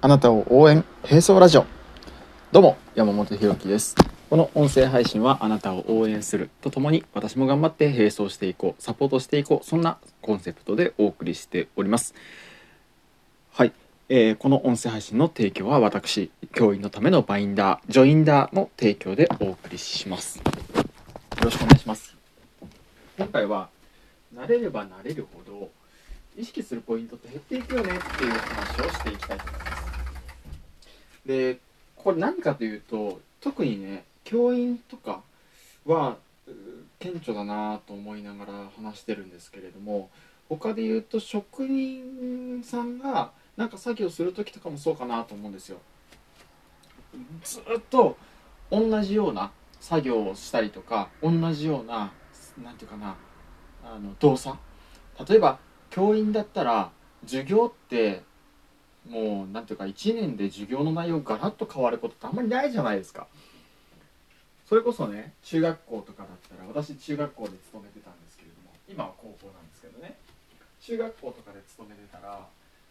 あなたを応援並走ラジオ。どうも山本ひろきです。この音声配信はあなたを応援するとともに私も頑張って並走していこう、サポートしていこう、そんなコンセプトでお送りしております。はい、この音声配信の提供は私教員のためのバインダージョインダーの提供でお送りします。よろしくお願いします。今回は慣れれば慣れるほど意識するポイントって減っていくよねっていう話をしていきたいと思います。で、これ何かというと、特にね、教員とかは顕著だなと思いながら話してるんですけれども、他で言うと職人さんがなんか作業する時とかもそうかなと思うんですよ。ずっと同じような作業をしたりとか、同じようななんていうかな、動作。例えば教員だったら授業ってもうなんていうか1年で授業の内容がガラッと変わることってあんまりないじゃないですか。それこそね、中学校とかだったら、私中学校で勤めてたんですけれども、今は高校なんですけどね、中学校とかで勤めてたら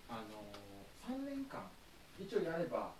3年間一応やれば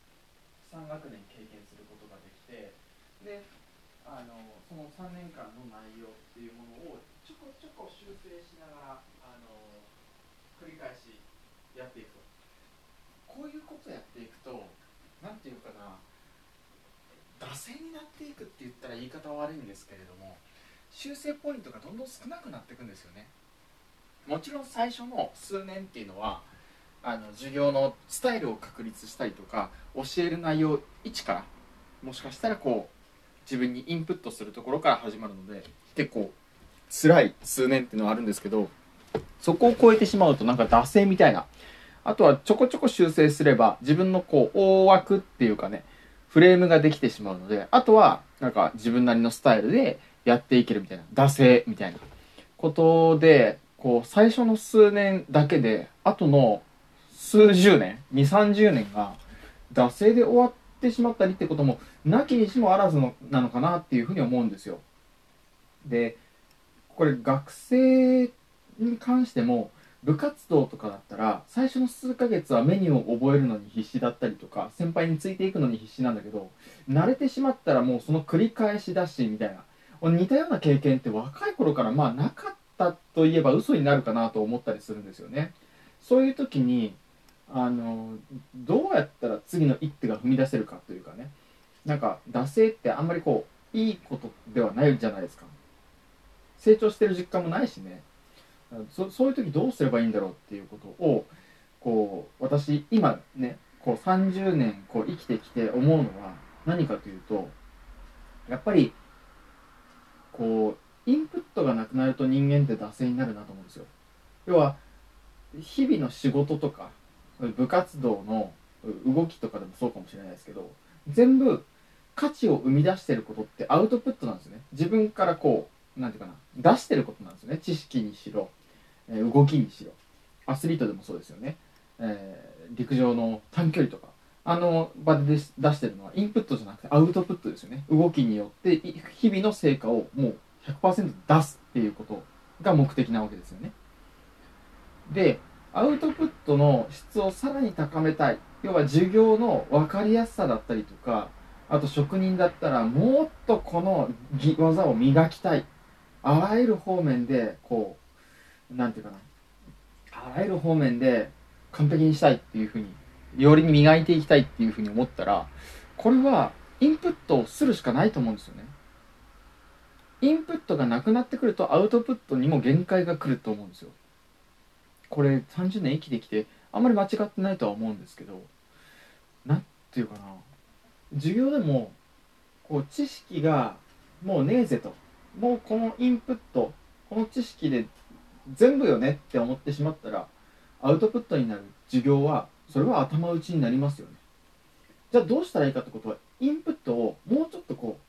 3学年経験することができて、でその3年間の内容っていうものをちょこちょこ修正しながら繰り返しやっていくと、こういうことやっていくと、なんていうかな、惰性になっていくって言ったら言い方は悪いんですけれども、修正ポイントがどんどん少なくなっていくんですよね。もちろん最初の数年っていうのは授業のスタイルを確立したりとか、教える内容一からもしかしたらこう自分にインプットするところから始まるので、結構辛い数年っていうのはあるんですけど、そこを超えてしまうとなんか惰性みたいな、あとはちょこちょこ修正すれば自分のこう大枠っていうかね、フレームができてしまうので、あとはなんか自分なりのスタイルでやっていけるみたいな、惰性みたいなことで、こう最初の数年だけで後の数十年2、30年が惰性で終わってしまったりってこともなきにしもあらずのなのかなっていうふうに思うんですよ。で、これ学生に関しても部活動とかだったら最初の数ヶ月はメニューを覚えるのに必死だったりとか、先輩についていくのに必死なんだけど、慣れてしまったらもうその繰り返しだしみたいな、似たような経験って若い頃からまあなかったといえば嘘になるかなと思ったりするんですよね。そういう時にどうやったら次の一手が踏み出せるかというかね、なんか惰性ってあんまりこういいことではないじゃないですか。成長してる実感もないしね。そういう時どうすればいいんだろうっていうことをこう私今ねこう30年こう生きてきて思うのは何かというと、やっぱりこうインプットがなくなると人間って惰性になるなと思うんですよ。要は日々の仕事とか部活動の動きとかでもそうかもしれないですけど、全部価値を生み出してることってアウトプットなんですよね。自分からこうなんていうかな、出してることなんですよね。知識にしろ動きにしろ、アスリートでもそうですよね。陸上の短距離とか場で出してるのはインプットじゃなくてアウトプットですよね。動きによって日々の成果をもう 100% 出すっていうことが目的なわけですよね。で、アウトプットの質をさらに高めたい、要は授業の分かりやすさだったりとか、あと職人だったらもっとこの技を磨きたい、あらゆる方面でこうなんていうかな、あらゆる方面で完璧にしたいっていうふうに、より磨いていきたいっていうふうに思ったら、これはインプットをするしかないと思うんですよね。インプットがなくなってくるとアウトプットにも限界が来ると思うんですよ。これ30年生きてきてあんまり間違ってないとは思うんですけど、なんていうかな、授業でもこう知識がもうねえぜと、もうこのインプット、この知識で全部よねって思ってしまったら、アウトプットになる授業はそれは頭打ちになりますよね。じゃあどうしたらいいかってことは、インプットをもうちょっとこ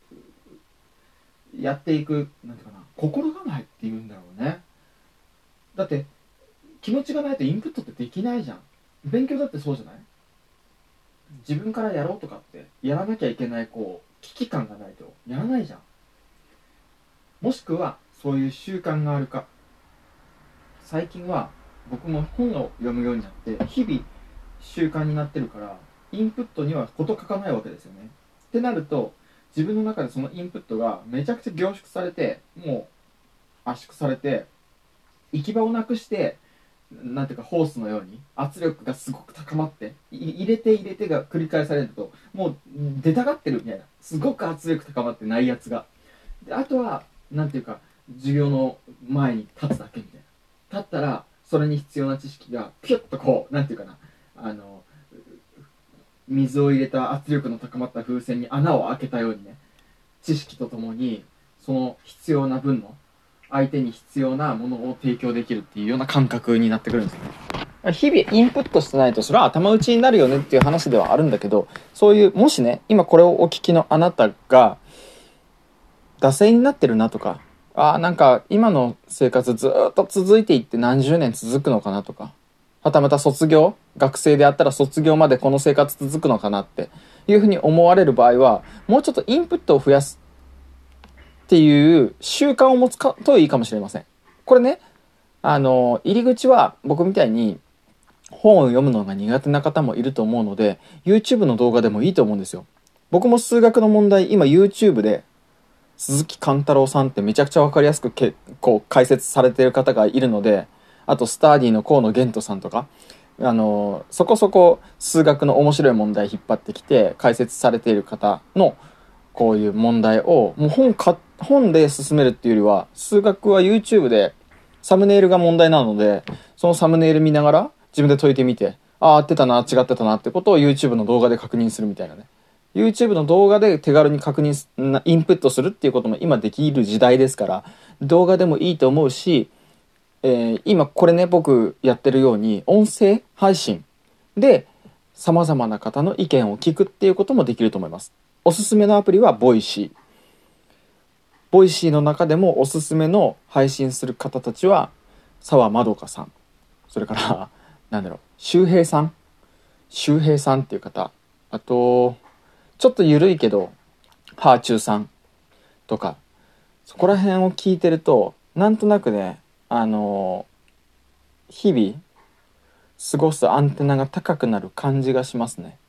うやっていく、なんていうかな、心構えっていうんだろうね。だって気持ちがないとインプットってできないじゃん。勉強だってそうじゃない？自分からやろうとかってやらなきゃいけないこう危機感がないとやらないじゃん。もしくはそういう習慣があるか。最近は僕も本を読むようになって、日々 習慣になってるから、インプットには事欠かないわけですよね。ってなると、自分の中でそのインプットがめちゃくちゃ凝縮されて、もう圧縮されて、行き場をなくして、なんていうかホースのように圧力がすごく高まって、入れてが繰り返されると、もう出たがってるみたいな、すごく圧力高まってないやつが。で、あとはなんていうか、授業の前に立つだけみたいな。立ったらそれに必要な知識がピュッとこう、なんていうかな、水を入れた圧力の高まった風船に穴を開けたようにね、知識とともにその必要な分の相手に必要なものを提供できるっていうような感覚になってくるんですよね。日々インプットしてないとそれは頭打ちになるよねっていう話ではあるんだけど、そういう、もしね今これをお聞きのあなたが惰性になってるなとか、なんか今の生活ずっと続いていって何十年続くのかなとか、はたまた卒業、学生であったら卒業までこの生活続くのかなっていうふうに思われる場合は、もうちょっとインプットを増やすっていう習慣を持つといいかもしれません。これね、入り口は僕みたいに本を読むのが苦手な方もいると思うので、 YouTube の動画でもいいと思うんですよ。僕も数学の問題今 YouTube で鈴木貫太郎さんってめちゃくちゃ分かりやすくこう解説されている方がいるので、あとスターディの河野玄斗さんとか、そこそこ数学の面白い問題引っ張ってきて解説されている方のこういう問題をもう本で進めるっていうよりは、数学は YouTube でサムネイルが問題なので、そのサムネイル見ながら自分で解いてみて、合ってたな違ってたなってことを YouTube の動画で確認するみたいなね。YouTube の動画で手軽にインプットするっていうことも今できる時代ですから、動画でもいいと思うし、今これね僕やってるように音声配信で様々な方の意見を聞くっていうこともできると思います。おすすめのアプリはボイシー。ボイシーの中でもおすすめの配信する方たちは澤まどかさん、それから周平さんっていう方、あとちょっと緩いけどハーチューさんとか、そこら辺を聞いてるとなんとなくね、日々過ごすアンテナが高くなる感じがしますね。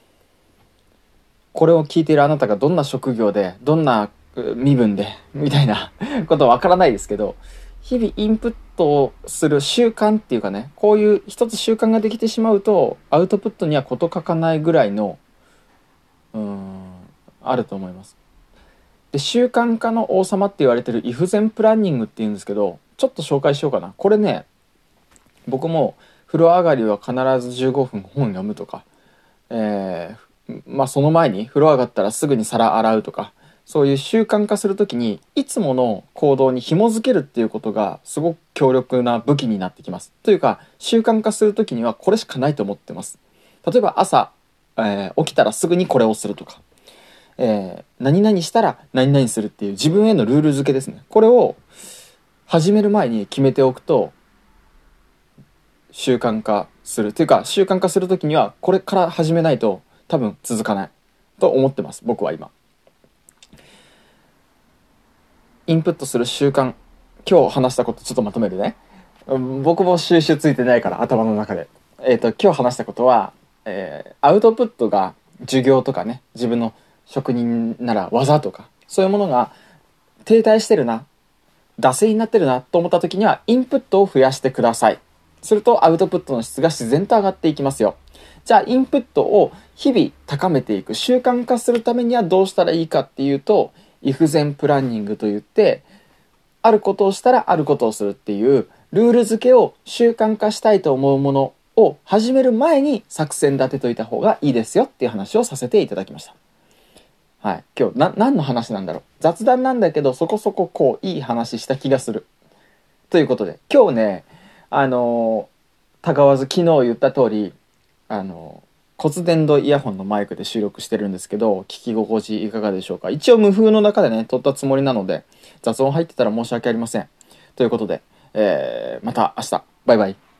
これを聞いているあなたがどんな職業でどんな身分でみたいなことはわからないですけど、日々インプットをする習慣っていうかね、こういう一つ習慣ができてしまうとアウトプットには事欠かないぐらいのあると思います。で、習慣化の王様って言われてるイフゼンプランニングっていうんですけど、ちょっと紹介しようかな。これね、僕も風呂上がりは必ず15分本読むとか、その前に風呂上がったらすぐに皿洗うとか、そういう習慣化するときにいつもの行動に紐づけるっていうことがすごく強力な武器になってきます。というか習慣化するときにはこれしかないと思ってます。例えば朝、起きたらすぐにこれをするとか、何々したら何々するっていう自分へのルール付けですね。これを始める前に決めておくと習慣化する。というか習慣化するときにはこれから始めないと多分続かないと思ってます。僕は今インプットする習慣、今日話したことちょっとまとめるね。僕も収集ついてないから頭の中で。今日話したことは、アウトプットが授業とかね、自分の職人なら技とか、そういうものが停滞してるな、惰性になってるなと思った時にはインプットを増やしてください。するとアウトプットの質が自然と上がっていきますよ。じゃあインプットを日々高めていく、習慣化するためにはどうしたらいいかっていうと、イフゼンプランニングといって、あることをしたらあることをするっていうルール付けを習慣化したいと思うものを始める前に作戦立てといた方がいいですよっていう話をさせていただきました。はい、今日何の話なんだろう。雑談なんだけどそこそここういい話した気がする。ということで今日ね、たがわず昨日言った通り骨伝導イヤホンのマイクで収録してるんですけど、聞き心地いかがでしょうか。一応無風の中でね撮ったつもりなので、雑音入ってたら申し訳ありません。ということで、また明日バイバイ。